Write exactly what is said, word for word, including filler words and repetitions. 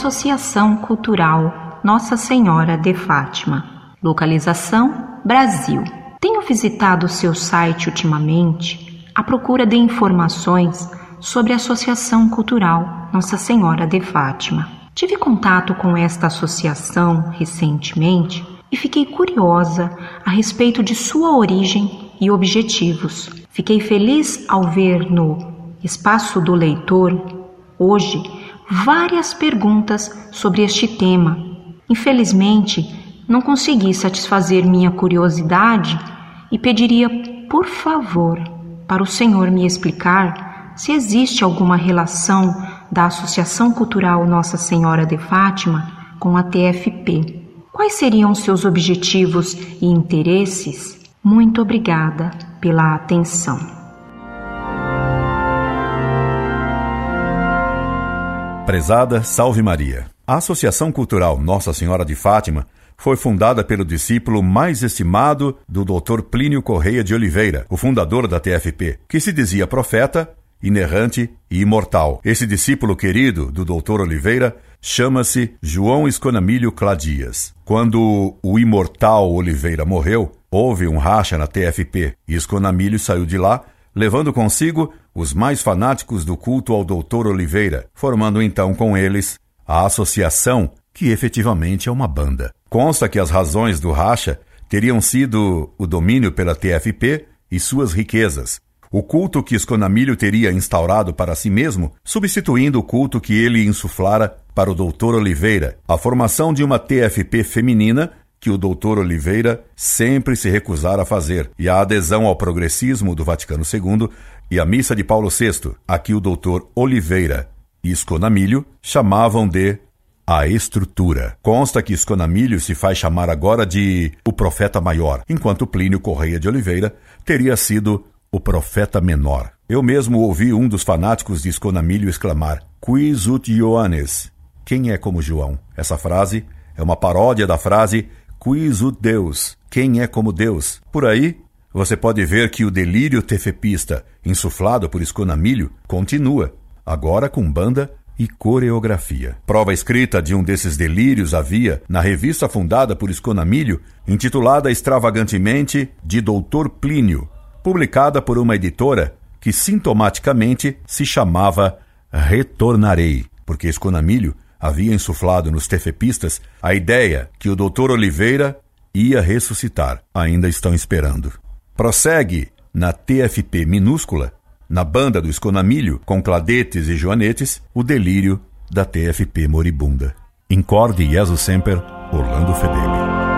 Associação Cultural Nossa Senhora de Fátima. Localização: Brasil. Tenho visitado o seu site ultimamente à procura de informações sobre a Associação Cultural Nossa Senhora de Fátima. Tive contato com esta associação recentemente e fiquei curiosa a respeito de sua origem e objetivos. Fiquei feliz ao ver no Espaço do Leitor, hoje, várias perguntas sobre este tema. Infelizmente, não consegui satisfazer minha curiosidade e pediria, por favor, para o senhor me explicar se existe alguma relação da Associação Cultural Nossa Senhora de Fátima com a T F P. Quais seriam seus objetivos e interesses? Muito obrigada pela atenção. Prezada Salve Maria. A Associação Cultural Nossa Senhora de Fátima foi fundada pelo discípulo mais estimado do doutor Plínio Correia de Oliveira, o fundador da T F P, que se dizia profeta, inerrante e imortal. Esse discípulo querido do doutor Oliveira chama-se João Esconamilho Cladias. Quando o imortal Oliveira morreu, houve um racha na T F P e Esconamilho saiu de lá, levando consigo os mais fanáticos do culto ao doutor Oliveira, formando então com eles a associação, que efetivamente é uma banda. Consta que as razões do racha teriam sido o domínio pela T F P e suas riquezas, o culto que Esconamilho teria instaurado para si mesmo, substituindo o culto que ele insuflara para o doutor Oliveira, a formação de uma T F P feminina que o doutor Oliveira sempre se recusara a fazer, e a adesão ao progressismo do Vaticano segundo e a missa de Paulo sexto, a que o doutor Oliveira e Esconamilho chamavam de a estrutura. Consta que Esconamilho se faz chamar agora de o profeta maior, enquanto Plínio Correia de Oliveira teria sido o profeta menor. Eu mesmo ouvi um dos fanáticos de Esconamilho exclamar: Quis ut Ioannes? Quem é como João? Essa frase é uma paródia da frase Quis ut Deus? Quem é como Deus? Por aí, você pode ver que o delírio tefepista insuflado por Esconamilho continua, agora com banda e coreografia. Prova escrita de um desses delírios havia na revista fundada por Esconamilho, intitulada extravagantemente de doutor Plínio, publicada por uma editora que sintomaticamente se chamava Retornarei, porque Esconamilho havia insuflado nos tefepistas a ideia que o doutor Oliveira ia ressuscitar. Ainda estão esperando. Prossegue na T F P minúscula, na banda do Esconamilho, com cladetes e joanetes, o delírio da T F P moribunda. Incorde Jesus Semper, Orlando Fedeli.